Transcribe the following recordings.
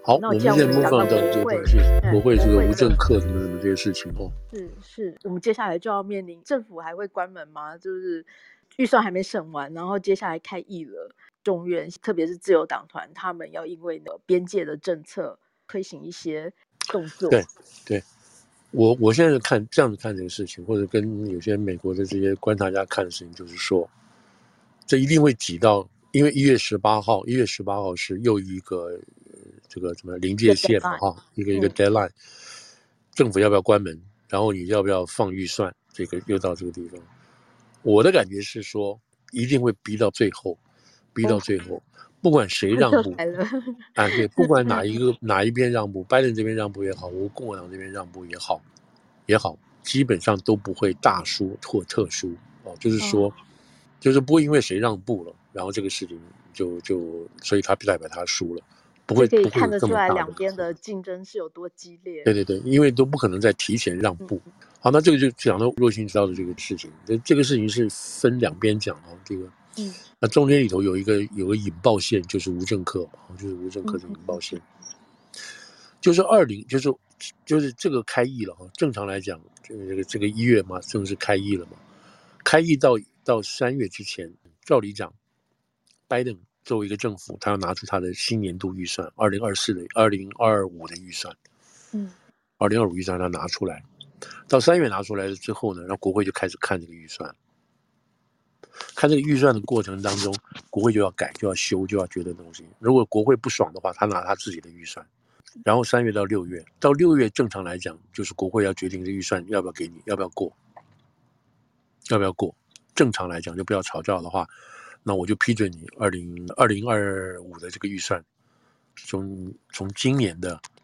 好， 那我们现在move on到这个东西，国会这个无政客什么这些事情哦。 是，我们接下来就要面临政府还会关门吗？就是预算还没审完，然后接下来开议了，众院特别是自由党团，他们要因为边界的政策推行一些动作。 对，我现在这样子看这个事情，或者跟有些美国的这些观察家看的事情，就是说，这一定会挤到，因为1月18号是又一个这个什么临界线嘛哈，一个 deadline，政府要不要关门，然后你要不要放预算，这个又到这个地方。我的感觉是说，一定会逼到最后，不管谁让步，对，不管哪一边让步，拜登这边让步也好，我共和党这边让步也好，基本上都不会大输或特输哦，就是说，就是不会因为谁让步了，然后这个事情所以他代表他输了，不会看得出来两边的竞争是有多激烈。 对，因为都不可能再提前让步。好，那这个就讲到若星知道的这个事情，这个事情是分两边讲哦，这个，那中间里头有一个引爆线，就是无政客，就是无政客的引爆线，就是就是这个开议了哈，正常来讲，这个1月嘛，正式开议了嘛，开议到3月之前，照理讲，拜登作为一个政府，他要拿出他的新年度预算，2025的预算，2025预算他拿出来，到3月拿出来了之后呢，然后国会就开始看这个预算，看这个预算的过程当中，国会就要改，就要修，就要觉得东西。如果国会不爽的话，他拿他自己的预算。然后3月到6月，到6月正常来讲，就是国会要决定这预算要不要给你，要不要过。正常来讲，就不要吵架的话，那我就批准你2025的这个预算，从今年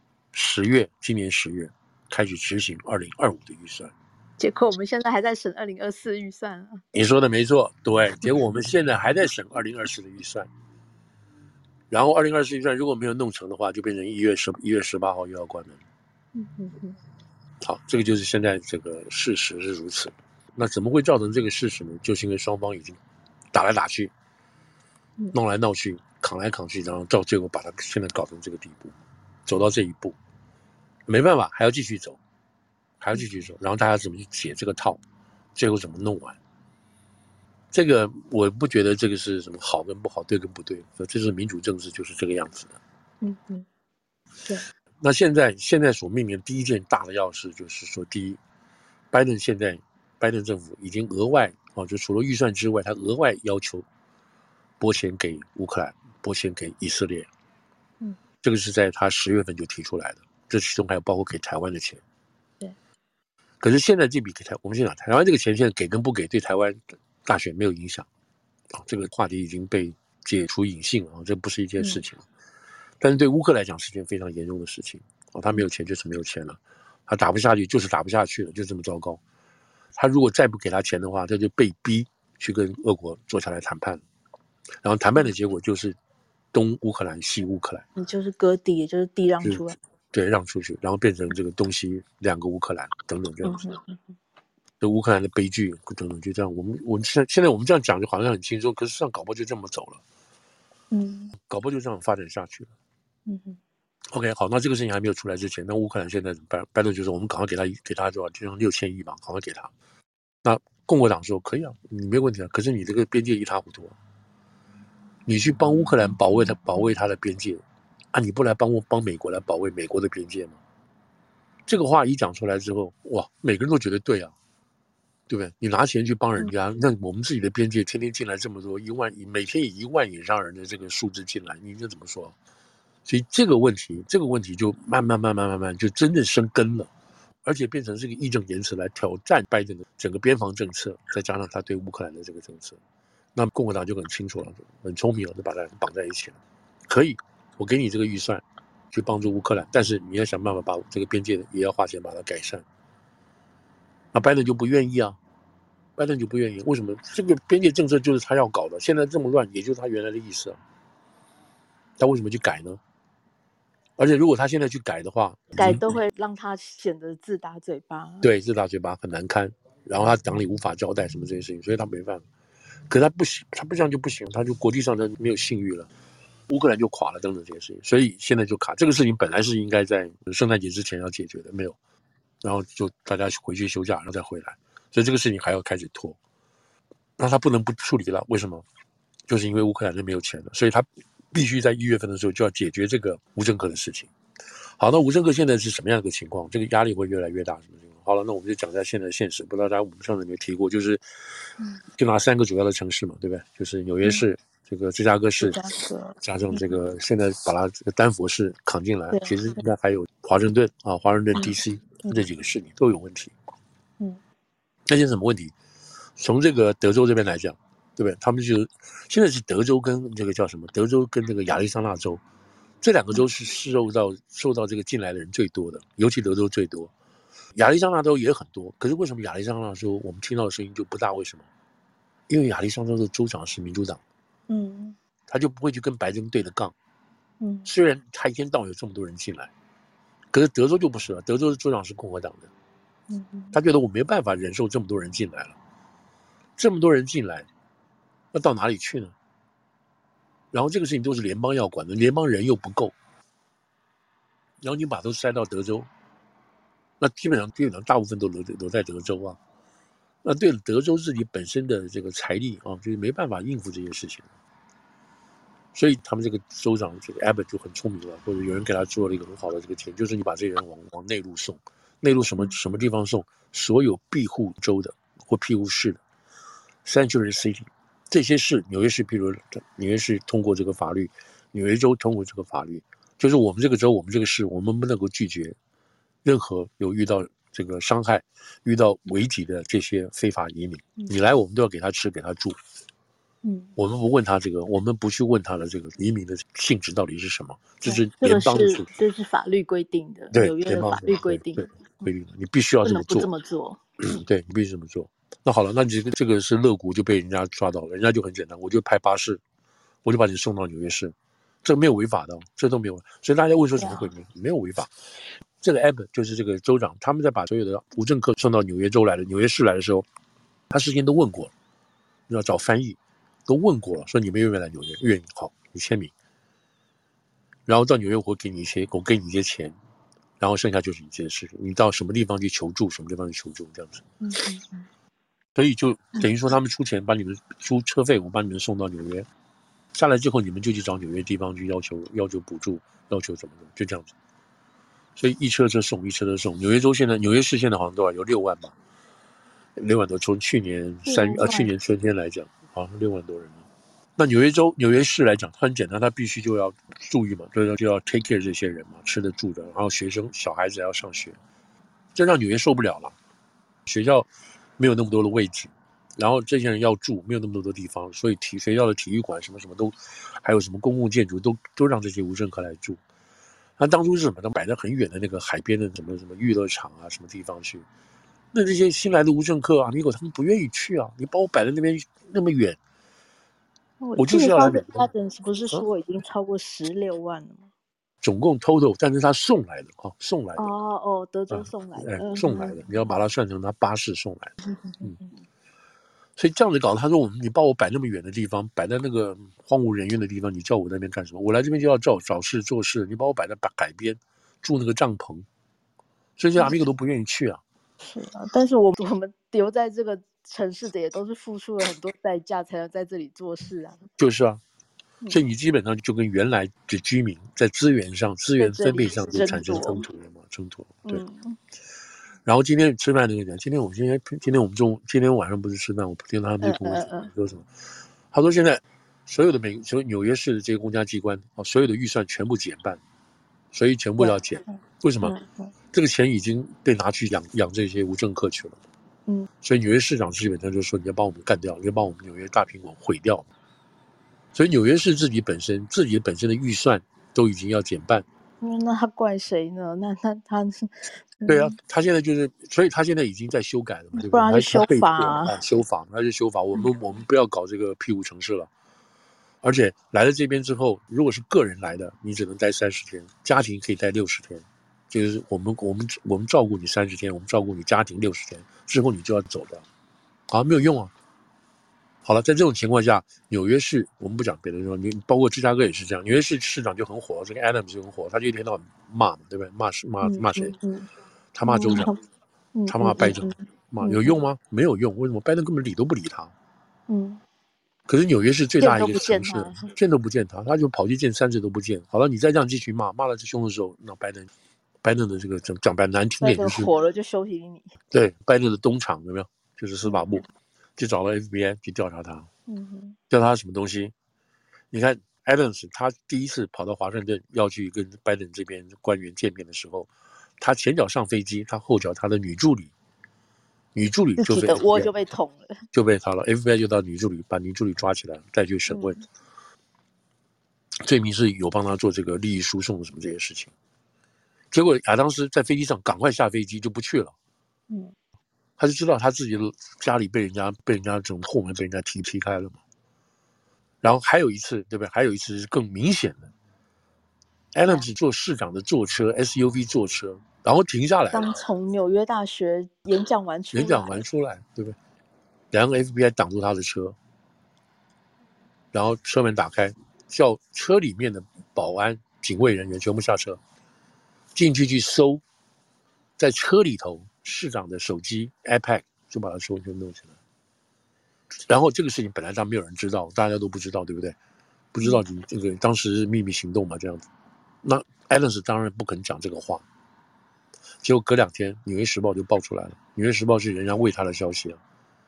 10月开始执行2025的预算。 结果我们现在还在审2024预算啊。 你说的没错，对，结果我们现在还在审2024的预算。然后2024预算如果没有弄成的话，就变成1月18号又要关门。好，这个就是现在这个事实是如此。那怎么会造成这个事实呢？就是因为双方已经打来打去，闹来闹去，扛来扛去，然后到最后把它现在搞成这个地步，走到这一步，没办法，还要继续走，然后大家怎么去解这个套，最后怎么弄完？这个我不觉得这个是什么好跟不好，对跟不对，这是民主政治就是这个样子的。 对。 那现在所面临的第一件大的要事就是说，第一，拜登政府已经额外就除了预算之外，他额外要求拨钱给乌克兰，拨钱给以色列。这个是在他10月份就提出来的，这其中还有包括给台湾的钱。 对。 可是现在这笔我们先讲台湾这个钱，现在给跟不给对台湾大选没有影响，这个话题已经被解除隐性了，这不是一件事情。但是对乌克兰来讲是件非常严重的事情，他没有钱就是没有钱了，他打不下去就是打不下去了，就这么糟糕。他如果再不给他钱的话，他就被逼去跟俄国坐下来谈判，然后谈判的结果就是东乌克兰、西乌克兰， 你就是割地，也就是地让出来， 对，让出去，然后变成这个东西2个乌克兰等等这样子。这乌克兰的悲剧等等，就这样。我现在我们这样讲就好像很轻松，可是实际上搞不好就这么走了。搞不好就这样发展下去了。OK， 好，那这个事情还没有出来之前，那乌克兰现在怎么办？拜登就说我们赶快给他多少，就用6000亿吧，赶快给他。那共和党说可以啊，你没有问题啊，可是你这个边界一塌糊涂啊，你去帮乌克兰保卫他的边界啊，你不来帮美国来保卫美国的边界吗？这个话一讲出来之后，哇，每个人都觉得对啊，对不对？你拿钱去帮人家，那我们自己的边界天天进来这么多每天以1万以上人的这个数字进来，你这怎么说？所以这个问题就慢慢就真的生根了，而且变成这个义正言辞来挑战拜登的整个边防政策，再加上他对乌克兰的这个政策，那共和党就很清楚了，很聪明了，就把它绑在一起了。可以，我给你这个预算去帮助乌克兰，但是你要想办法把这个边界也要花钱把它改善。那拜登就不愿意啊，为什么？这个边界政策就是他要搞的，现在这么乱，也就是他原来的意思啊。他为什么去改呢？而且如果他现在去改的话， 改都会让他显得自打嘴巴。 对，自打嘴巴很难堪，然后他党里无法交代什么这些事情，所以他没办法。可他不行，他不这样就不行，他就国际上他没有信誉了。 乌克兰就垮了等等这些事情，所以现在就卡。这个事情本来是应该在圣诞节之前要解决的，没有，然后就大家回去休假，然后再回来，所以这个事情还要开始拖。那他不能不处理了，为什么？就是因为乌克兰是没有钱了，所以他必须在1月份的时候就要解决这个无政客的事情。好，那无政客现在是什么样的一个情况？这个压力会越来越大，什么情况？好了，那我们就讲一下现在的现实。不知道大家我们上次有没有提过，就是就拿3个主要的城市嘛，对不对？就是纽约市、这个芝加哥市，加上这个现在把它这个丹佛市扛进来，其实应该还有华盛顿啊，华盛顿 DC 这几个市里都有问题。那些什么问题？从这个德州这边来讲，对不对？他们就现在是德州跟这个叫什么？德州跟这个亚利桑那州，这2个州是受到这个进来的人最多的，尤其德州最多，亚利桑那州也很多。可是为什么亚利桑那州我们听到的声音就不大？为什么？因为亚利桑那州的州长是民主党，他就不会去跟白人对着杠。虽然他一天到晚有这么多人进来，可是德州就不是了，德州的州长是共和党的，他觉得我没办法忍受这么多人进来了。这么多人进来，那到哪里去呢？然后这个事情都是联邦要管的，联邦人又不够，然后你把都塞到德州，那基本上大部分都留在德州啊。那对德州自己本身的这个财力啊，就是没办法应付这些事情。所以他们这个州长这个 Abbott 就很聪明了，或者有人给他做了一个很好的这个钱，就是你把这些人往内陆送，内陆什么地方送？所有庇护州的或庇护市的 Sanctuary City。这些市，纽约市，譬如纽约市通过这个法律，纽约州通过这个法律，就是我们这个州，我们这个市，我们不能够拒绝任何有遇到这个伤害、遇到危急的这些非法移民，你来我们都要给他吃，给他住。我们不问他这个，我们不去问他的这个移民的性质到底是什么，这是联邦的事情， 这是法律规定的， 对， 纽约的法律规定， 对，规定的，你必须要这么做， 不能不这么做。 对，你必须这么做。那好了，那这个是肋骨就被人家抓到了，人家就很简单，我就派巴士，我就把你送到纽约市，这没有违法的，这都没有。所以大家问说怎么会没有违法？这个 Abbott 就是这个州长，他们在把所有的无政客送到纽约州来的、纽约市来的时候，他事先都问过了，要找翻译，都问过了，说你们愿不愿意来纽约？愿意，好，你签名，然后到纽约我给你一些钱。然后剩下就是你这件事情，你到什么地方去求助，什么地方去求助，这样子。所以就等于说他们出钱把你们出车费，我把你们送到纽约，下来之后你们就去找纽约地方去要求补助，要求怎么就这样子。所以一车车送，一车车送。纽约市现在好像多少有6万吧，6万多。从去年春天来讲，好像6万多人了。那纽约市来讲，它很简单，它必须就要注意嘛，就要 take care 这些人嘛，吃的住的，然后小孩子要上学，这让纽约受不了了。学校没有那么多的位置，然后这些人要住，没有那么多的地方，所以学校的体育馆什么什么都，还有什么公共建筑都让这些无政客来住。那当初是什么？他摆在很远的那个海边的什么娱乐场啊，什么地方去？那这些新来的无政客啊，他们不愿意去啊，你把我摆在那边那么远。我就是要来美国。 不是说已经超过16万了吗？ 总共 total， 但是他送来的。 德州送来的， 送来的，你要把它算成他巴士送来的。所以这样子搞，他说你把我摆那么远的地方，摆在那个荒无人烟的地方，你叫我那边干什么？我来这边就要找事做事，你把我摆在海边，住那个帐篷，所以这阿米哥都不愿意去啊。 是啊，但是我们留在这个城市的也都是付出了很多代价才能在这里做事啊。 就是啊，所以你基本上就跟原来的居民在资源分配上就产生冲突了嘛，对。然后今天吃饭那个人，今天晚上不是吃饭，我听到他们就跟我讲说什么，他说现在所有纽约市的这些公家机关所有的预算全部减半，所以全部要减。为什么？这个钱已经被拿去养这些无政客去了。所以纽约市长基本上就说你要把我们干掉，你要把我们纽约大苹果毁掉。所以纽约市自己本身的预算都已经要减半。 那他怪谁呢？那他对啊，他现在所以他现在已经在修改了嘛，对不对？ 不然就修法修法，我们不要搞这个庇护城市了。而且来了这边之后，如果是个人来的，你只能待30天，家庭可以待60天，就是我们照顾你30天，我们照顾你家庭60天，之后你就要走的，没有用啊。 好了，在这种情况下，纽约市我们不讲别的地方，你包括芝加哥也是这样。纽约市市长就很火，这个 Adams 就很火，他就一天到晚骂嘛，对不对？骂谁？他骂州长，他骂拜登，骂有用吗？没有用，为什么？拜登根本理都不理他。可是纽约市最大一个城市，见都不见他，他就跑去见3次都不见。好了，你再这样继续骂这凶的时候，那拜登的这个讲白难听点就是火了就休息你。 对，拜登的东厂有没有？就是司法部就找了 FBI 去调查他，调查他什么东西？你看 Adams 他第一次跑到华盛顿要去跟拜登这边官员见面的时候，他前脚上飞机，他后脚他的女助理就被 FBI 就被捅了， 就被他了 FBI 就到把女助理抓起来带去审问，罪名是有帮他做这个利益输送什么这些事情。结果亚当斯在飞机上赶快下飞机就不去了，他就知道他自己的家里被人家这种后门被人家踢开了嘛。然后还有一次，对不对？还有一次是更明显的 ，Adams 坐市长的坐车 SUV 坐车，然后停下来， 刚从纽约大学演讲完出来，对不对？然后 FBI 挡住他的车，然后车门打开，叫车里面的保安、警卫人员全部下车，进去搜，在车里头市长的手机 iPad 就把他手就弄起来。然后这个事情本来没有人知道，大家都不知道，对不对？不知道你这个当时是秘密行动嘛，这样子。那 Adams 当然不肯讲这个话。结果隔2天，《纽约时报》就爆出来了，《纽约时报》是人家为他的消息啊。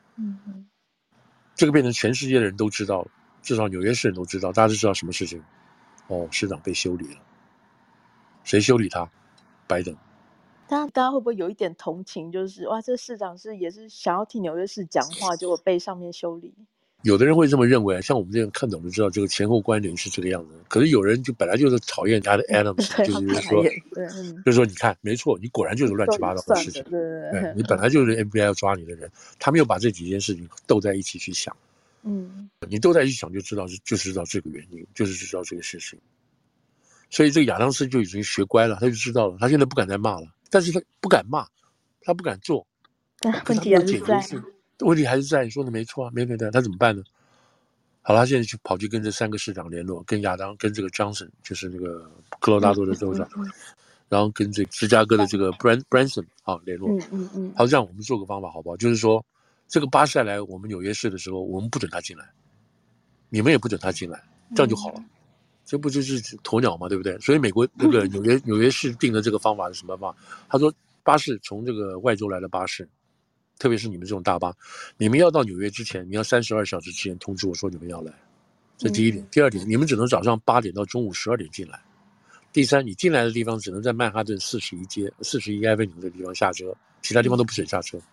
这个变成全世界的人都知道了，至少纽约市人都知道，大家都知道什么事情。市长被修理了，谁修理他？拜登。 大家会不会有一点同情？就是哇，这市长也是想要替纽约市讲话，结果被上面修理。 有的人会这么认为，像我们这样看懂就知道这个前后关联是这个样子。可是有人就本来就是讨厌他的 Adams，就是说你看没错，你果然就是乱七八糟的事情。对，你本来就是 FBI 要抓你的人，他没有把这几件事情斗在一起去想。你斗在一起想就知道这个原因，就是知道这个事情。所以这个亚当斯就已经学乖了，他就知道了，他现在不敢再骂了。但是他不敢骂，他不敢做， 问题还是在。 问题还是在，你说的没错啊，没他怎么办呢？好了，他现在跑去跟这3个市长联络，跟跟这个 Johnson， 就是那个科罗拉多的州长，然后跟这芝加哥的这个 Branson 联络。好，这样我们做个方法好不好？就是说，这个巴士来我们纽约市的时候，我们不准他进来，你们也不准他进来，这样就好了。这不就是鸵鸟嘛，对不对？所以美国那个纽约市定的这个方法是什么方法？他说，巴士从这个外州来的巴士。特别是你们这种大巴，你们要到纽约之前，你要32小时之前通知我说你们要来，这第一点。第二点，你们只能早上8点到中午12点进来。第三，你进来的地方只能在曼哈顿41街、41 Avenue 的地方下车，其他地方都不准下车。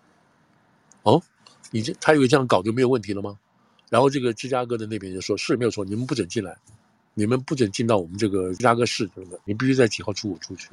他以为这样搞就没有问题了吗？然后这个芝加哥的那边就说是没有错，你们不准进来，你们不准进到我们这个芝加哥市，你必须在几号出口出去。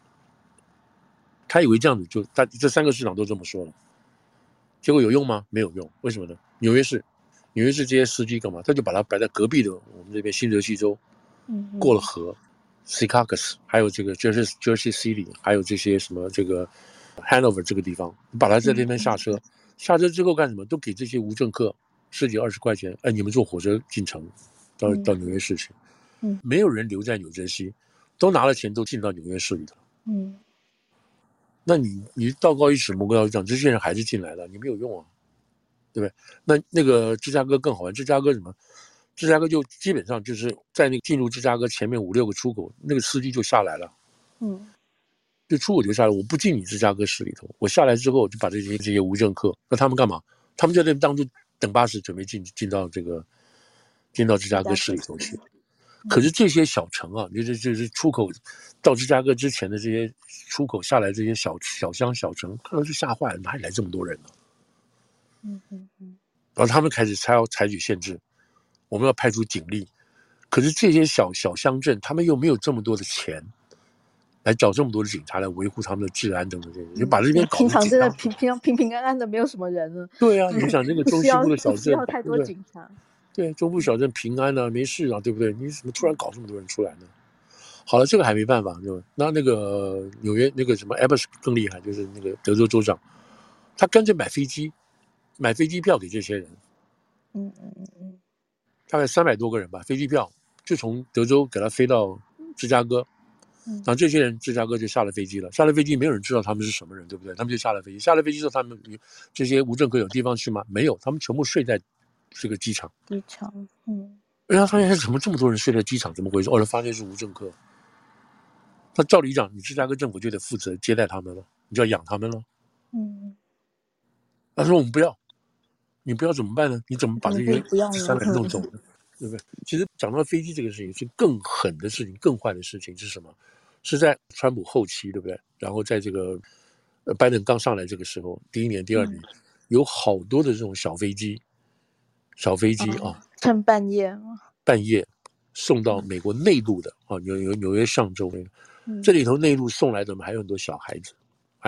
他以为这样子这3个市长都这么说了，结果有用吗？没有用。为什么呢？纽约市这些司机干嘛？他就把它摆在隔壁的我们这边新泽西州，过了河 ，Secaucus， 还有这个 Jersey City， 还有这些什么这个 Hanover 这个地方，把它在那边下车，下车之后干什么？都给这些无政客10几20块钱，你们坐火车进城，到纽约市去。没有人留在纽泽西，都拿了钱都进到纽约市里头。那你道高一尺魔高一丈，这些人还是进来了，你没有用啊，对不对？那个芝加哥更好玩，芝加哥就基本上就是在那个进入芝加哥前面5、6个出口，那个司机就下来了，就出口就下来，我不进你芝加哥市里头，我下来之后就把这些无政客，那他们干嘛？他们就在那当中等巴士，准备进到芝加哥市里头去。可是这些小城啊，就是出口到芝加哥之前的这些出口下来这些小乡小城，看到就吓坏了，哪里来这么多人呢？然后他们开始要采取限制，我们要派出警力。可是这些小乡镇，他们又没有这么多的钱来找这么多的警察来维护他们的治安等等这些，就把这边搞得平常真的平安的没有什么人了。 对啊，你想这个中西部的小镇， 不需要太多警察。 对，中部小镇平安啊，没事啊，对不对？你怎么突然搞这么多人出来呢？好了，这个还没办法，就那个纽约那个什么 Abbott 更厉害，就是那个德州州长，他干脆买飞机票给这些人， 大概300多个人吧，飞机票就从德州给他飞到芝加哥，然后这些人芝加哥就下了飞机了，下了飞机没有人知道他们是什么人，对不对？他们就下了飞机，下了飞机之后，他们这些无政客有地方去吗？没有，他们全部睡在这个机场。然后发现怎么这么多人睡在机场？怎么回事？后来发现是无政客。那照理讲，你芝加哥政府就得负责接待他们了，你就要养他们了。他说我们不要，你不要怎么办呢？你怎么把这些300人弄走呢？对不对？其实讲到飞机这个事情，是更狠的事情，更坏的事情是什么？是在川普后期，对不对？然后在这个拜登刚上来这个时候，第1年、第2年，有好多的这种小飞机啊， 趁半夜送到美国内陆的啊，纽约上州那个，这里头内陆送来的还有很多小孩子，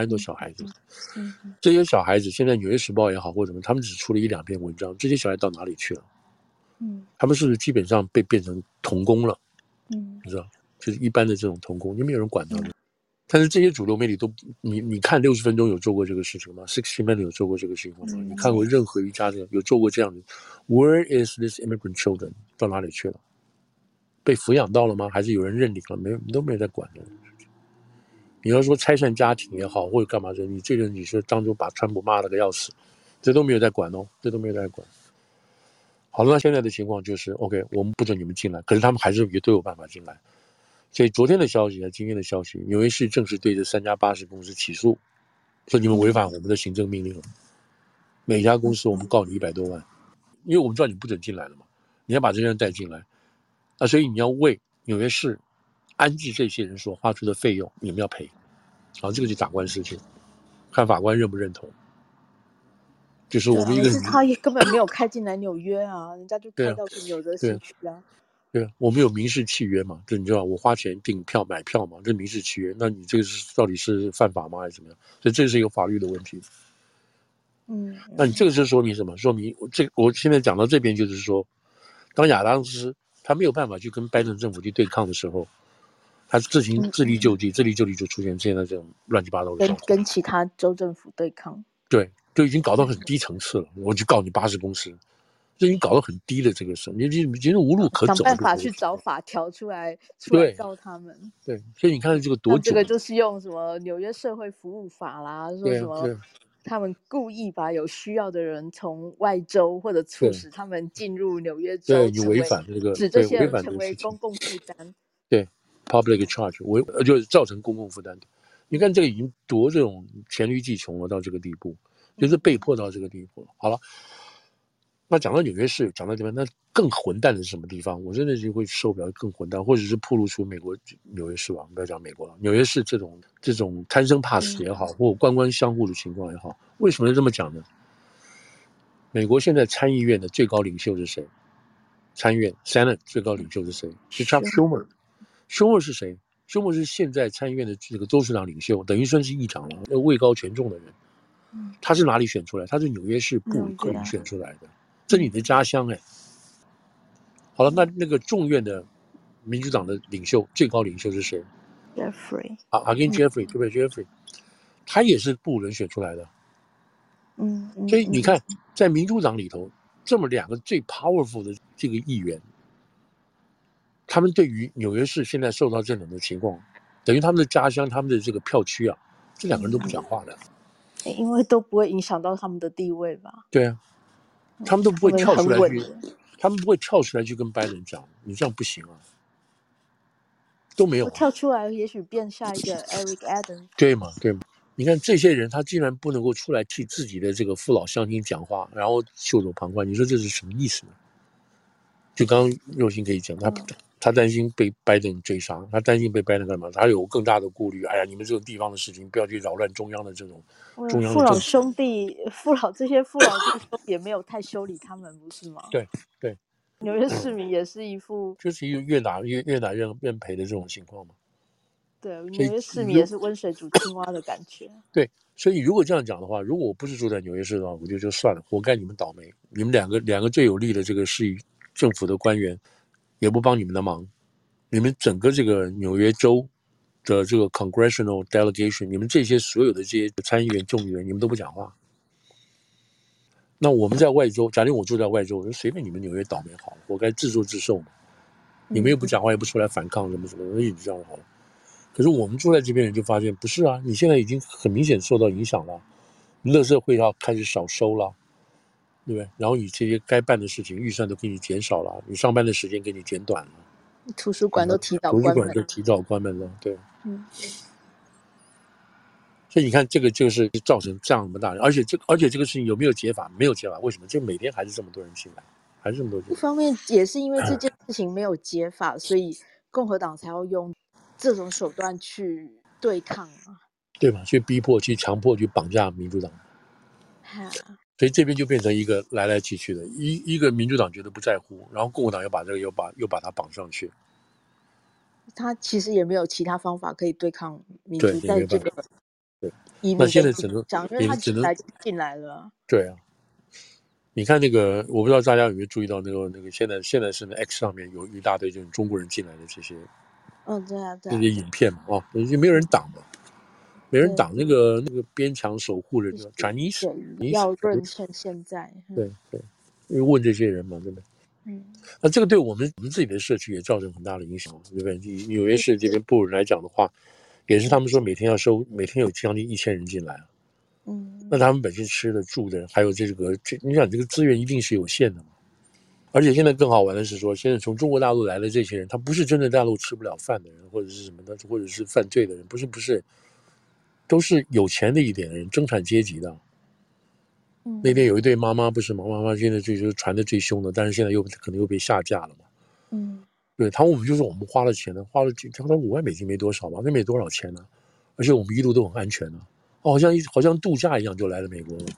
这些小孩子现在《纽约时报》也好或者什么，他们只出了1、2篇文章，这些小孩到哪里去了？他们是不是基本上被变成童工了？你知道，就是一般的这种童工，就没有人管他们。但是这些主流媒体都，你看60分钟有做过这个事情吗？60 Minutes 有做过这个事情吗？你看过任何一家有做过这样的 ？Where is this immigrant children？ 到哪里去了？被抚养到了吗？还是有人认领了？没有，都没有在管的。你要说拆散家庭也好，或者干嘛的，你这个你说当中把川普骂了个要死，这都没有在管哦，这都没有在管。好了，那现在的情况就是 ，OK， 我们不准你们进来，可是他们还是也都有办法进来。所以昨天的消息和今天的消息，纽约市正式对这3家巴士公司起诉，说你们违反我们的行政命令了。每家公司我们告你100多万，因为我们知道你不准进来了嘛，你要把这些人带进来，所以你要为纽约市安置这些人所花出的费用，你们要赔。好，这个就打官司去，看法官认不认同。就是我们一个人， 他也根本没有开进来纽约啊，人家就开到纽泽西去啊。 对，我们有民事契约嘛？就你知道，我花钱订票买票嘛，这民事契约。那你这个到底是犯法吗，还是怎么样？所以这是一个法律的问题。那你这个是说明什么？说明我现在讲到这边，就是说，当亚当斯他没有办法去跟拜登政府去对抗的时候，他自力救济，就出现现在这种乱七八糟的状况， 跟其他州政府对抗。 对，就已经搞到很低层次了。我就告你巴士公司。这已经搞到很低的这个事，你觉得无路可走， 想办法去找法条出来告他们。 对，所以你看这个多久？ 这个就是用什么纽约社会服务法啦，说什么他们故意把有需要的人从外州或者促使他们进入纽约州， 对你违反这个， 使这些人成为公共负担。 对 ，public charge 就是造成公共负担。你看这个已经多这种黔驴技穷了，到这个地步，就是被迫到这个地步了。好了。那讲到纽约市，讲到这边，那更混蛋的是什么地方？我真的就会受不了更混蛋，或者是暴露出美国纽约市吧，不要讲美国了，纽约市这种贪生怕死也好，或官官相护的情况也好，为什么这么讲呢？美国现在参议院的最高领袖是谁？参议院 Senate 最高领袖是谁？是 Chuck Schumer。Schumer 是谁？Schumer是现在参议院的这个州市长领袖，等于算是议长了，位高权重的人。他是哪里选出来？他是纽约市布鲁克林选出来的。这是你的家乡哎。好了，那个众院的民主党的最高领袖是谁 ？Jeffrey 啊，跟 Jeffrey 对不对 ？Jeffrey 他也是布鲁人选出来的。所以你看，在民主党里头，这么2个最 powerful 的这个议员，他们对于纽约市现在受到这种的情况，等于他们的家乡、他们的这个票区啊，这2个人都不讲话的， 因为都不会影响到他们的地位吧？ 对啊。他们都不会跳出来去，他们不会跳出来去跟拜登讲，你这样不行啊，都没有、啊。 跳出来，也许变下一个 Eric Adams。 对嘛？你看这些人，他竟然不能够出来替自己的这个父老乡亲讲话，然后袖手旁观，你说这是什么意思呢？就刚刚肉心可以讲，他担心被拜登追杀，他担心被拜登干嘛？他有更大的顾虑。哎呀，你们这种地方的事情，不要去扰乱中央的这种父老兄弟，这些父老弟兄也没有太修理他们，不是吗？ 对。 纽约市民也是一副， 就是一个越打越赔的这种情况嘛。 对，纽约市民也是温水煮青蛙的感觉。 对，所以如果这样讲的话，如果我不是住在纽约市的话，我就算了，活该你们倒霉。你们两个最有力的这个市政府的官员也不帮你们的忙，你们整个这个纽约州的这个 congressional delegation， 你们这些所有的这些参议员、众议员，你们都不讲话。 那我们在外州，假定我住在外州，我说随便你们纽约倒霉好了，我该自作自受嘛。你们又不讲话，也不出来反抗，什么什么，那就这样好了。可是我们住在这边人就发现，不是啊，你现在已经很明显受到影响了，垃圾会要开始少收了，对不对？然后你这些该办的事情预算都给你减少了，你上班的时间给你减短了， 图书馆都提早图书关门， 馆就提早关门了，对。所以你看，这个就是造成这样那么大，而且这个事情有没有解法？没有解法，为什么？就每天还是这么多人进来，还是这么多人。 一方面也是因为这件事情没有解法，所以共和党才要用这种手段去对抗啊， 对吧？去逼迫、去强迫、去绑架民主党。所以这边就变成一个来来去去的，一个民主党觉得不在乎，然后共和党又把这个又把它绑上去。 他其实也没有其他方法可以对抗民对， 主在这个对， 移民那现在只能因为他进来了。 对啊，你看那个，我不知道大家有没有注意到那个现在是那 X 上面有一大堆这种中国人进来的这些， 对啊， 这些影片嘛，就没有人挡嘛，没人挡那个边墙守护人，Chinese 要论趁现在， 对，因为问这些人嘛，对不对？那这个对我们自己的社区也造成很大的影响，对不对？纽约市这边布鲁来讲的话，也是他们说每天有将近1000人进来啊。那他们本身吃的住的，还有你想这个资源一定是有限的嘛。而且现在更好玩的是说，现在从中国大陆来的这些人，他不是真的大陆吃不了饭的人，或者是什么的，或者是犯罪的人，不是，都是有钱的一点的人，中产阶级的。那天有一对妈妈，不是妈妈现在就是传的最凶的，但是现在可能又被下架了嘛。对，我们就说我们花了钱呢，花了$5万没多少吧，那没多少钱呢，而且我们一路都很安全呢，好像度假一样就来了美国了。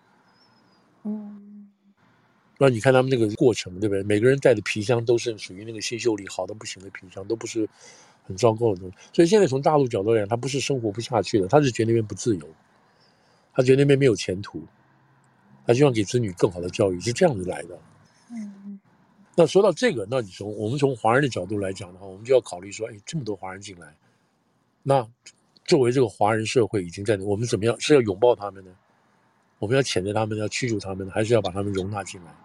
那你看他们那个过程，对不对？每个人带的皮箱都是属于那个新秀丽好的不行的皮箱，都不是很糟糕的东西。所以现在从大陆角度来讲，他不是生活不下去的，他是觉得那边不自由，他觉得那边没有前途，他希望给子女更好的教育，是这样子来的。那说到这个，那我们从华人的角度来讲的话，我们就要考虑说，这么多华人进来，那作为这个华人社会已经在我们怎么样是要拥抱他们呢？我们要谴责他们，要驱逐他们，还是要把他们容纳进来？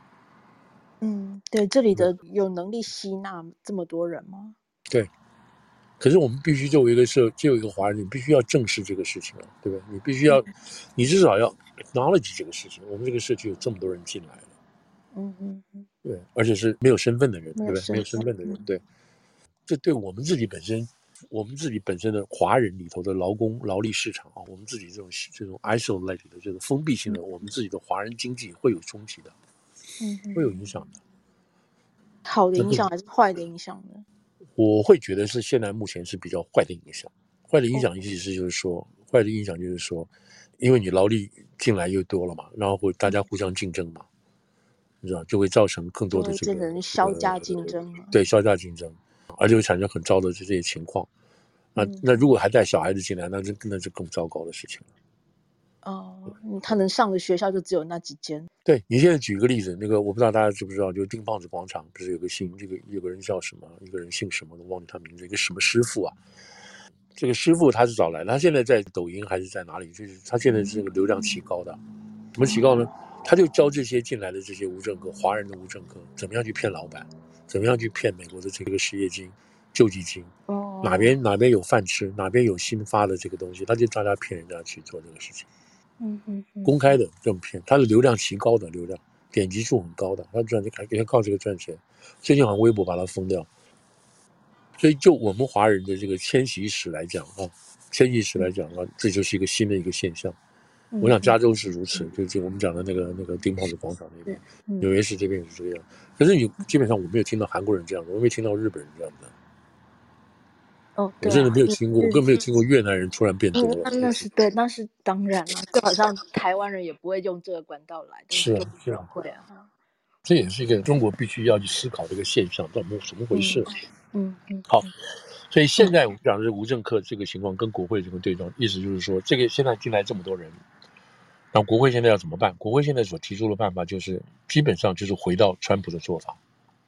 对，这里的有能力吸纳这么多人吗？ 对，可是我们必须作为一个华人，你必须要正视这个事情了，对不对？你必须要，你至少要 acknowledge 这个事情。我们这个社区有这么多人进来了，对，而且是没有身份的人，对不对？没有身份的人，对，这对我们自己本身的华人里头的劳力市场啊，我们自己这种isolated 的这个封闭性的，我们自己的华人经济会有冲击的，会有影响的。 好的影响还是坏的影响呢？ 我会觉得是现在目前是比较坏的影响。坏的影响就是说，因为你劳力进来又多了嘛，然后大家互相竞争嘛，你知道，就会造成更多的这个销价竞争嘛。 对，销价竞争，而且会产生很糟的这些情况。那如果还带小孩子进来，那是更糟糕的事情了。 他能上的学校就只有那几间。 对，你现在举个例子，我不知道大家知不知道，就是丁胖子广场不是有个人叫什么，一个人姓什么，我忘记他名字，一个什么师傅啊。这个师傅他是找来的，他现在在抖音还是在哪里？就是他现在是个流量奇高的，怎么奇高呢？他就教这些进来的这些无政客，华人的无政客，怎么样去骗老板，怎么样去骗美国的这个失业金、救济金，哪边有饭吃，哪边有新发的这个东西，他就大家骗人家去做这个事情。公开的这么骗，他的流量奇高的流量，点击数很高的，他靠这个赚钱。最近好像微博把他封掉。所以就我们华人的这个迁徙史来讲啊，这就是一个新的一个现象。我想加州是如此，就是我们讲的那个丁胖子广场那边，纽约市这边也是这个样。可是基本上我没有听到韩国人这样的，我没有听到日本人这样的。我真的没有听过，我更没有听过越南人突然变多了。 那是对，那是当然了，就好像台湾人也不会用这个管道来， 是啊， 会啊。 这也是一个中国必须要去思考的一个现象，到底怎么回事？好，所以现在我们讲的无政客这个情况跟国会这个对撞，意思就是说，这个现在进来这么多人，那国会现在要怎么办？国会现在所提出的办法就是基本上就是回到川普的做法，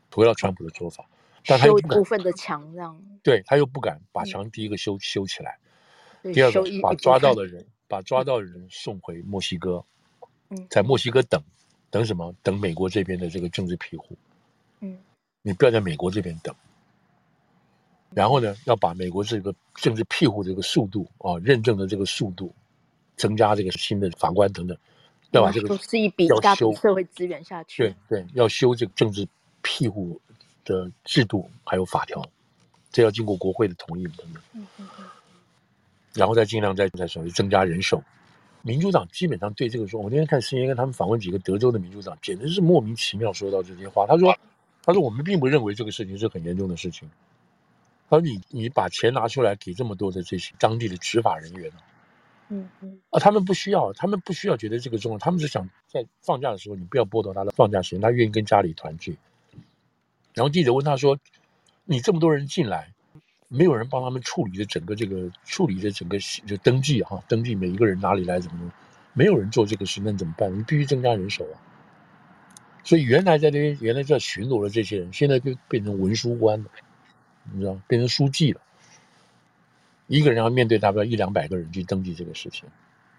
但他修一部分的墙，这样。 对，他又不敢把墙第一个修起来，第二个把抓到的人送回墨西哥， 在墨西哥等什么？等美国这边的这个政治庇护。 嗯， 你不要在美国这边等。然后呢，要把美国这个政治庇护这个速度啊，认证的这个速度，增加这个新的法官等等，要把这个是一笔大笔社会资源下去。 对，要修这个政治庇护的制度还有法条，这要经过国会的同意等等。然后再尽量在所谓增加人手。民主党基本上对这个说，我那天看CNN他们访问几个德州的民主党，简直是莫名其妙说到这些话。他说我们并不认为这个事情是很严重的事情。他说你把钱拿出来给这么多的这些当地的执法人员他们不需要觉得这个重要，他们只想在放假的时候你不要剥夺他的放假时间，他愿意跟家里团聚。然后记者问他说：“你这么多人进来，没有人帮他们处理的整个就登记登记每一个人哪里来怎么弄，没有人做这个事，那你怎么办？你必须增加人手啊。所以原来在巡逻的这些人，现在就变成文书官了，你知道，变成书记了。一个人要面对大概100-200个人去登记这个事情。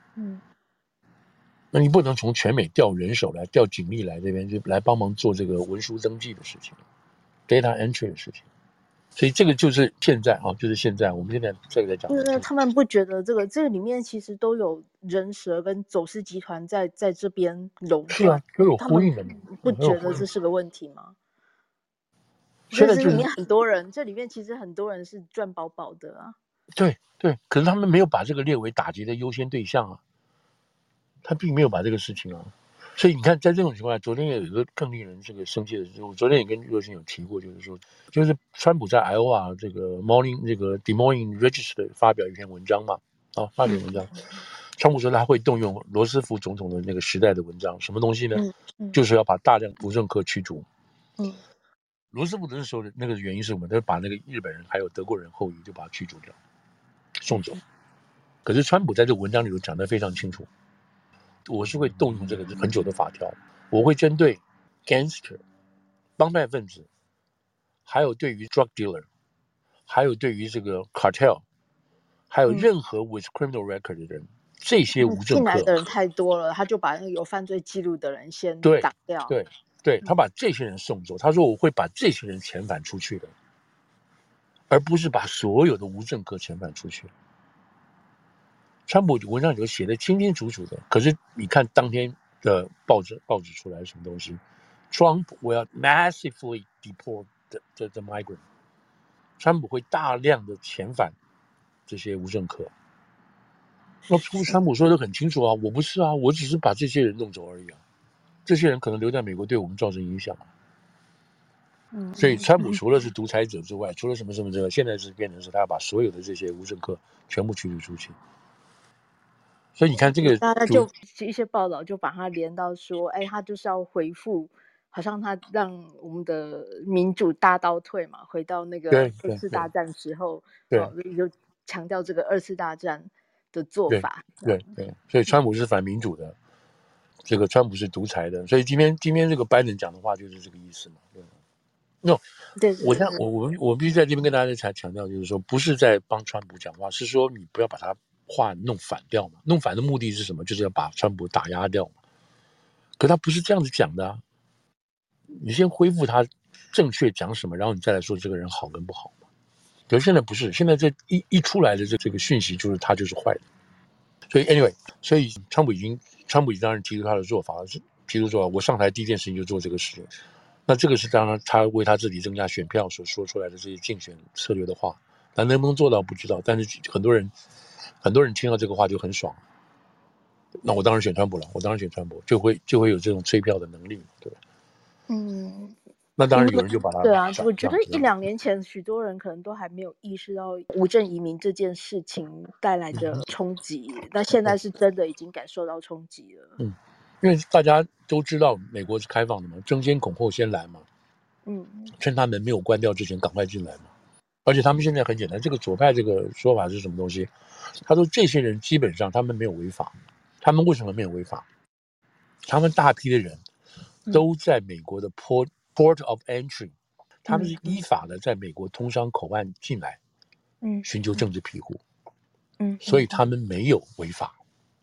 那你不能从全美调人手来，调警力来这边就来帮忙做这个文书登记的事情 ，data entry 的事情。所以这个就是现在我们现在这个在讲。 就是他们不觉得这个里面其实都有人蛇跟走私集团在这边垄断， 是啊，都有呼应的嘛。 不觉得这是个问题吗？ 现在这里面很多人，这里面其实很多人是赚饱饱的啊。 对，可是他们没有把这个列为打击的优先对象啊，他并没有把这个事情啊。所以你看，在这种情况下，昨天也有一个更令人这个生气的事，我昨天也跟热心有提过，就是川普在 Iowa 这个 Des Moines Register 发表一篇文章嘛，发表文章。川普说他会动用罗斯福总统的那个时代的文章，什么东西呢？就是要把大量无政客驱逐。罗斯福的时候的那个原因是什么？他把那个日本人还有德国人后裔就把他驱逐掉，送走。可是川普在这个文章里头讲得非常清楚，我是会动用这个很久的法条，我会针对 gangster 帮派分子，还有对于 drug dealer， 还有对于这个 cartel， 还有任何 with criminal record 的人，这些无政客进来的人太多了，他就把那个有犯罪记录的人先打掉。 对，他把这些人送走。他说我会把这些人遣返出去的，而不是把所有的无政客遣返出去。川普文章里头写的清清楚楚的，可是你看当天的报纸出来什么东西 ，Trump will massively deport the migrant， 川普会大量的遣返这些无政客。那川普说的很清楚啊，我不是啊，我只是把这些人弄走而已啊，这些人可能留在美国对我们造成影响啊。所以川普除了是独裁者之外，除了什么之外，现在是变成是他要把所有的这些无政客全部驱逐出去。所以你看这个， 大家就一些报道就把它连到说，他就是要回复，好像他让我们的民主大倒退嘛，回到那个二次大战时候，就强调这个二次大战的做法。 对，所以川普是反民主的，这个川普是独裁的，所以今天这个拜登讲的话就是这个意思嘛。对，我必须在这边跟大家强调，就是说不是在帮川普讲话，是说你不要把他话弄反掉嘛。弄反的目的是什么？就是要把川普打压掉嘛。可他不是这样子讲的啊。你先恢复他正确讲什么，然后你再来说这个人好跟不好嘛。可是现在不是，现在这一出来的这个讯息就是他就是坏的。所以 anyway， 所以川普已经当然提出他的做法了，提出说我上台第一件事情就做这个事情。那这个是当然他为他自己增加选票所说出来的这些竞选策略的话，那能不能做到不知道，但是很多人听到这个话就很爽。那我当然选川普了，就会有这种催票的能力，对吧？那当然有人就把他对啊，我觉得1-2年前许多人可能都还没有意识到无证移民这件事情带来的冲击，那现在是真的已经感受到冲击了。 因为大家都知道美国是开放的嘛，争先恐后先来嘛，趁他们没有关掉之前赶快进来嘛。而且他们现在很简单，这个左派这个说法是什么东西？他说这些人基本上他们没有违法，他们为什么没有违法？他们大批的人都在美国的 port of entry， 他们是依法的在美国通商口岸进来，寻求政治庇护，所以他们没有违法。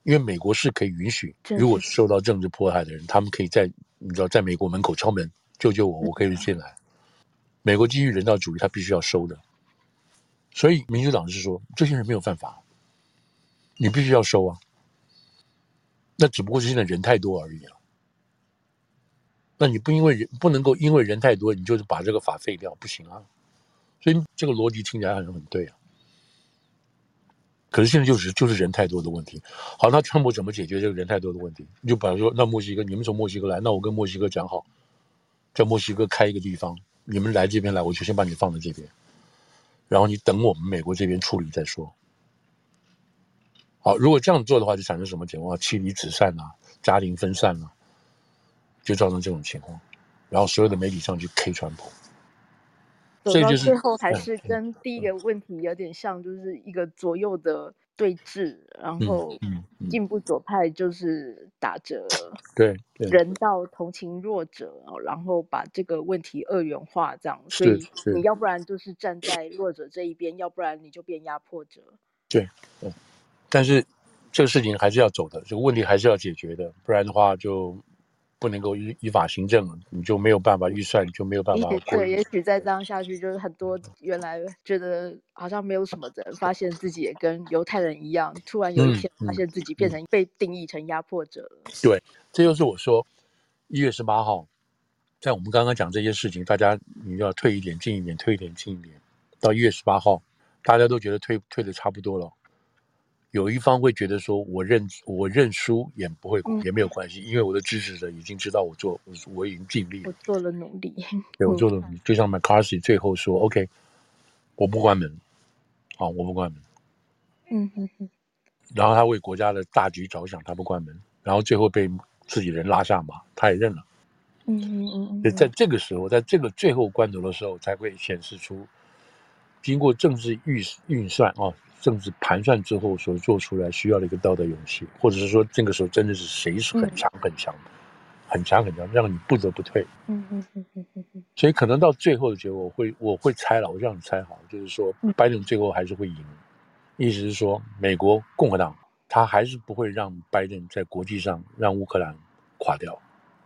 因为美国是可以允许，如果受到政治迫害的人，他们可以你知道在美国门口敲门，救救我，我可以进来。美国基于人道主义，他必须要收的。所以民主党是说，这些人没有犯法，你必须要收啊。那只不过是现在人太多而已啊。那你不能够因为人太多，你就是把这个法废掉，不行啊。所以这个逻辑听起来很对啊。可是现在就是人太多的问题。好，那川普怎么解决这个人太多的问题？就比方说，那墨西哥，你们从墨西哥来，那我跟墨西哥讲好，在墨西哥开一个地方，你们来这边来，我就先把你放在这边，然后你等我们美国这边处理再说。好，如果这样做的话，就产生什么情况？妻离子散啊，家庭分散啊，就造成这种情况。然后所有的媒体上去 K 川普。 走到最后还是跟第一个问题有点像，就是一个左右的对峙，然后进步左派就是打着人道同情弱者，然后把这个问题二元化这样，所以你要不然就是站在弱者这一边，要不然你就变压迫者。 对，但是这个事情还是要走的，这个问题还是要解决的，不然的话就不能够依法行政，你就没有办法预算，你就没有办法过。 对，也许再这样下去，就是很多原来觉得好像没有什么的人，发现自己也跟犹太人一样，突然有一天发现自己变成被定义成压迫者了。 对，这就是我说1月18号，在我们刚刚讲这些事情，大家你要退一点进一点，退一点进一点，到1月18号，大家都觉得退的差不多了。有一方会觉得说，我认输也不会也没有关系，因为我的支持者已经知道我已经尽力了， 我做了努力。 对，我做了努力。就像 McCarthy 最后说 ，OK， 我不关门，好，我不关门。然后他为国家的大局着想，他不关门，然后最后被自己人拉下马，他也认了。所以在这个时候，在这个最后关头的时候，才会显示出经过政治运算啊。政治盘算之后所做出来需要的一个道德勇气，或者是说这个时候真的是谁是很强很强，很强很强，让你不得不退。所以可能到最后的结果，我会猜了，我让你猜好，就是说拜登最后还是会赢。意思是说，美国共和党他还是不会让拜登在国际上让乌克兰垮掉。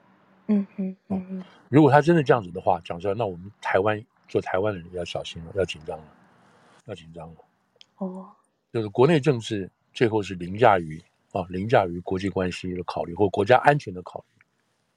如果他真的这样子的话，讲实话，那我们做台湾的人要小心了，要紧张了，要紧张了。就是国内政治最后是凌驾于国际关系的考虑或国家安全的考虑。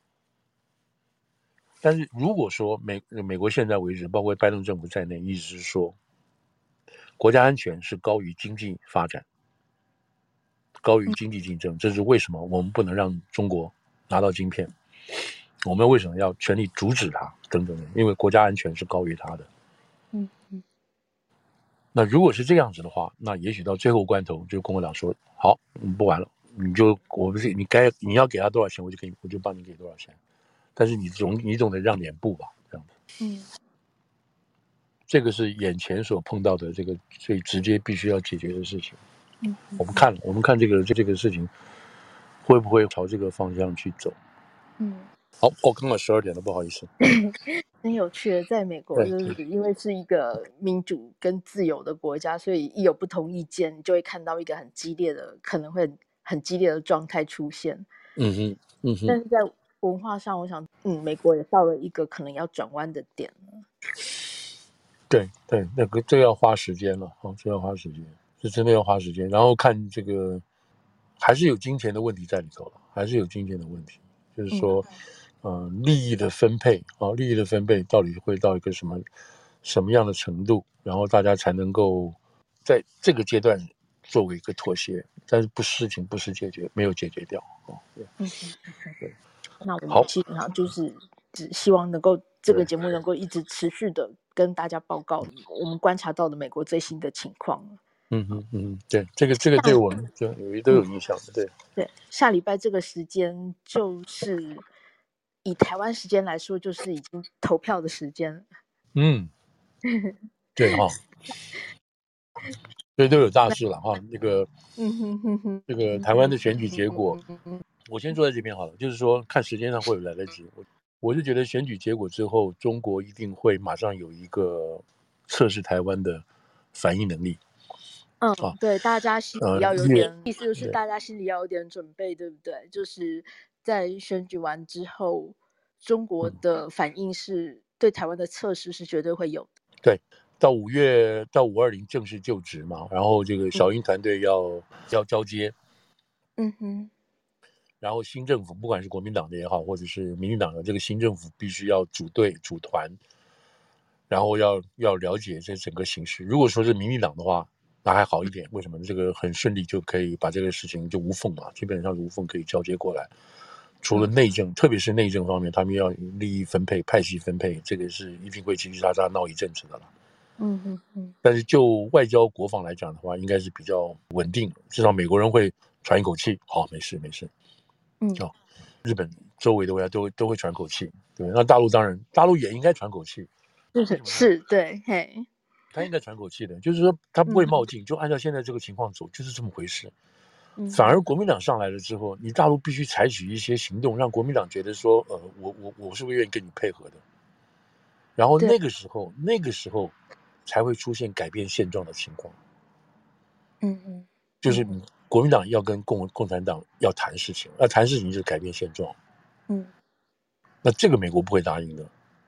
但是如果说美国现在为止，包括拜登政府在内，意思是说，国家安全是高于经济发展，高于经济竞争，这是为什么我们不能让中国拿到晶片？我们为什么要全力阻止它？等等的，因为国家安全是高于它的。那如果是这样子的话，那也许到最后关头，就共和党说好，不玩了，你要给他多少钱，我就帮你给多少钱，但是你总得让点步吧，这样子。这个是眼前所碰到的这个最直接必须要解决的事情。我们看这个事情会不会朝这个方向去走。好，刚好12点了，不好意思。 很有趣的，在美国就是因为是一个民主跟自由的国家，所以一有不同意见，你就会看到一个可能会很激烈的状态出现。但是在文化上，我想，美国也到了一个可能要转弯的点了。 对，这要花时间了，这要花时间，是真的要花时间。然后看这个，还是有金钱的问题在里头了，还是有金钱的问题，就是说，利益的分配利益的分配到底会到一个什么样的程度，然后大家才能够在这个阶段作为一个妥协，但是事情不是没有解决掉对。 那我们基本上就是只希望能够这个节目能够一直持续的跟大家报告我们观察到的美国最新的情况。 对，这个我们都有影响的， 对，下礼拜这个时间就是以台湾时间来说，就是已经投票的时间。 对所以都有大事了这个台湾的选举结果，我先坐在这边好了。就是说，看时间上会有来得及。我是觉得选举结果之后，中国一定会马上有一个测试台湾的反应能力， 对，大家心里要有 1月点，意思就是大家心里要有点准备，对不对？就是在选举完之后，中国的反应是对台湾的测试是绝对会有的。 对，到5月到520正式就职嘛，然后这个小英团队要交接，然后新政府不管是国民党的也好，或者是民进党的这个新政府必须要组队组团，然后要了解这整个形势。如果说是民进党的话，那还好一点，为什么？这个很顺利就可以把这个事情就无缝嘛，基本上无缝可以交接过来。除了内政，特别是内政方面，他们要利益分配、派系分配，这个是一定会叽叽喳喳闹一阵子的了。但是就外交国防来讲的话，应该是比较稳定，至少美国人会喘一口气，好，没事没事。日本周围的国家都会喘口气，对。那大陆当然，大陆也应该喘口气， 是，对，嘿， 他应该喘口气的，就是说他不会冒进，就按照现在这个情况走，就是这么回事。反而国民党上来了之后，你大陆必须采取一些行动，让国民党觉得说，我是不是愿意跟你配合的？然后那个时候才会出现改变现状的情况。就是国民党要跟共产党要谈事情，要谈事情就是改变现状。那这个美国不会答应的，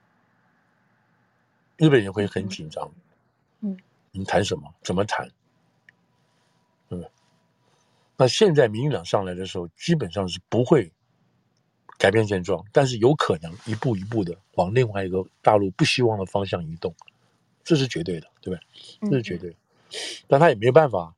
日本也会很紧张。你谈什么？怎么谈？那现在民进党上来的时候，基本上是不会改变现状，但是有可能一步一步的往另外一个大陆不希望的方向移动，这是绝对的，对不对？这是绝对的。但他也没有办法，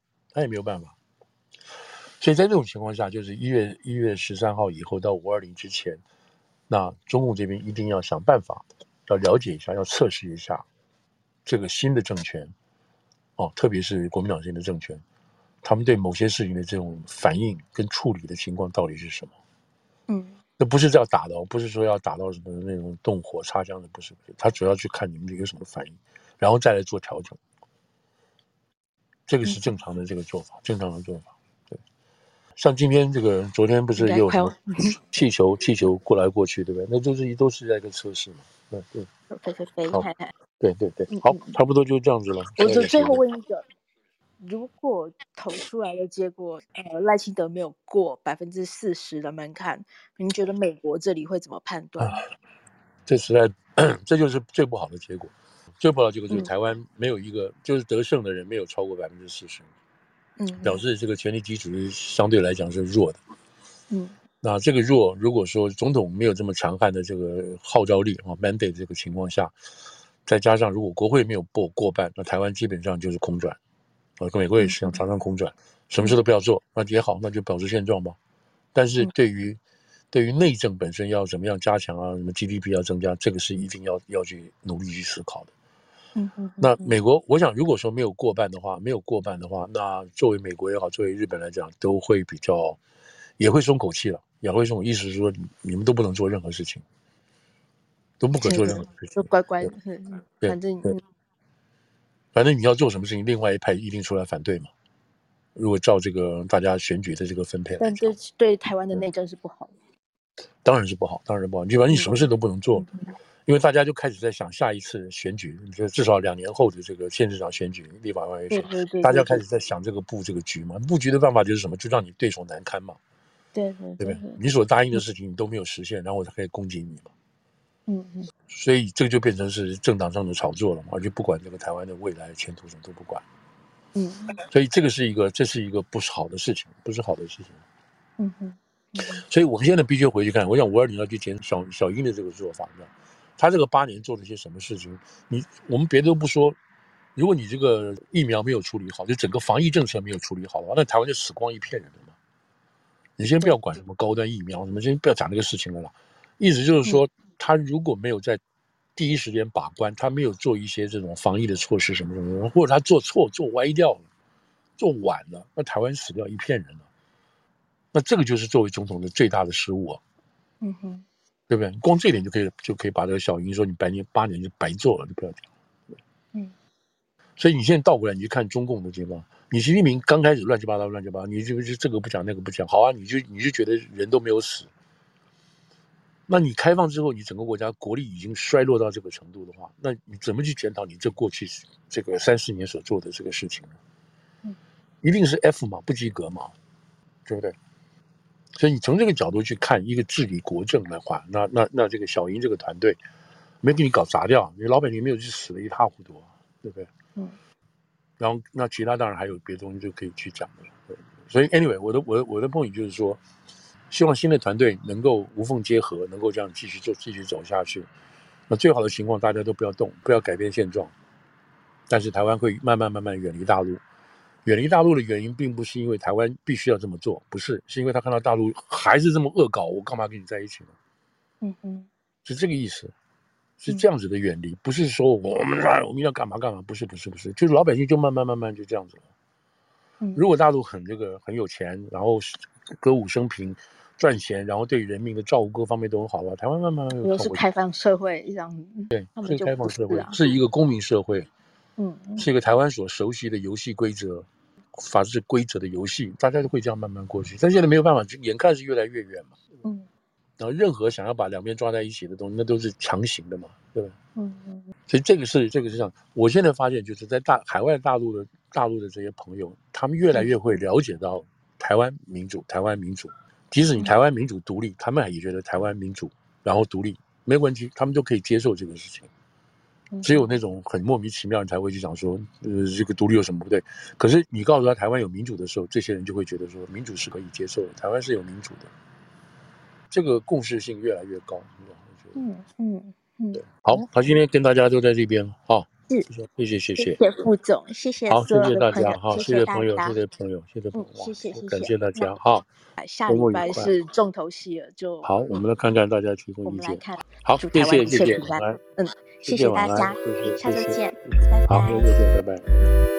所以在这种情况下，就是1月13号以后到520之前，那中共这边一定要想办法，要了解一下，要测试一下这个新的政权，特别是国民党新的政权，他们对某些事情的这种反应跟处理的情况到底是什么？那不是要打的，不是说要打到什么那种动火擦枪的，不是，他主要去看你们有什么反应，然后再来做调整。这个是正常的这个做法，正常的做法。对，像今天这个，昨天不是也有什么气球过来过去，对不对？那都是在一个测试嘛。 飞， 好，对，好，差不多就这样子了。 我就最后问一个，如果投出来的结果，赖清德没有过40%的门槛，您觉得美国这里会怎么判断？ 这实在，这就是最不好的结果。最不好的结果就是台湾没有一个，就是得胜的人没有超过40%，表示这个权力基础是相对来讲是弱的。那这个弱，如果说总统没有这么强悍的这个号召力mandate 这个情况下，再加上如果国会没有过半，那台湾基本上就是空转，跟美国也是常常空转，什么事都不要做，那也好，那就保持现状吧。但是对于内政本身要怎么样加强啊，什么 GDP 要增加，这个是一定要去努力去思考的。那美国，我想如果说没有过半的话，那作为美国也好，作为日本来讲，都会比较也会松口气了，也会松口，意思是说你们都不能做任何事情，都不可做任何事情， 就乖乖， 反正你要做什么事情，另外一派一定出来反对嘛。如果照这个大家选举的这个分配来讲， 但这对台湾的内政是不好的。 当然是不好，当然不好。你反正你什么事都不能做，因为大家就开始在想下一次选举，至少2年后的这个县市长选举、立法会选举，大家开始在想这个局嘛。布局的办法就是什么？就让你对手难堪嘛。对不对？你所答应的事情你都没有实现，然后我才可以攻击你嘛。所以这个就变成是政党上的炒作了嘛，而且不管这个台湾的未来前途什么都不管。所以这是一个不是好的事情，不是好的事情。所以我们现在必须回去看，我想520要去检小英的这个做法，他这个8年做了些什么事情？我们别的都不说，如果你这个疫苗没有处理好，就整个防疫政策没有处理好的话，那台湾就死光一片人了嘛。你先不要管什么高端疫苗，什么先不要讲这个事情了啦。意思就是说，他如果没有在第一时间把关，他没有做一些这种防疫的措施什么，或者他做错、做歪掉了、做晚了，那台湾死掉一片人了。那这个就是作为总统的最大的失误啊。对不对？光这一点就可以把这个小英说你8年就白做了，就不要讲。所以你现在倒过来，你去看中共的情况，你习近平刚开始乱七八糟，你就这个不讲那个不讲，好啊，你就觉得人都没有死。那你开放之后，你整个国家国力已经衰落到这个程度的话，那你怎么去检讨你这过去这个3、4年所做的这个事情呢？ 一定是 F 嘛，不及格嘛，对不对？所以你从这个角度去看一个治理国政的话，那这个小英这个团队没给你搞砸掉，你老百姓没有去死得一塌糊涂，对不对？然后那其他当然还有别的东西就可以去讲的。对，所以 anyway， 我的point就是说，希望新的团队能够无缝结合，能够这样继续走下去。那最好的情况大家都不要动，不要改变现状。但是台湾会慢慢远离大陆。远离大陆的原因并不是因为台湾必须要这么做，不是，是因为他看到大陆还是这么恶搞，我干嘛跟你在一起呢？是这个意思，是这样子的远离，不是说我们要干嘛，不是，就是老百姓就慢慢就这样子了。如果大陆很有钱，然后歌舞升平，赚钱，然后对人民的照顾各方面都很好的话，台湾慢慢也是开放社会这样。 对，是开放社会，是一个公民社会。是一个台湾所熟悉的游戏规则、法治规则的游戏，大家就会这样慢慢过去。但现在没有办法，眼看是越来越远嘛。然后任何想要把两边抓在一起的东西，那都是强行的嘛，对吧？所以这个是这样。我现在发现，就是在海外大陆的这些朋友，他们越来越会了解到台湾民主。即使你台湾民主独立，他们也觉得台湾民主然后独立没问题，他们都可以接受这个事情。只有那种很莫名其妙，你才会去讲说，这个独立有什么不对？可是你告诉他台湾有民主的时候，这些人就会觉得说，民主是可以接受的，台湾是有民主的，这个共识性越来越高。对，好，今天跟大家都在这边，谢谢副总，谢谢好，谢谢大家， 谢谢朋友，感谢大家， 下礼拜是重头戏了，就好，我们来看看大家提供意见。 我们来看， 好，谢谢， 谢谢大家，谢谢大家，下周见，拜拜。 好，拜拜。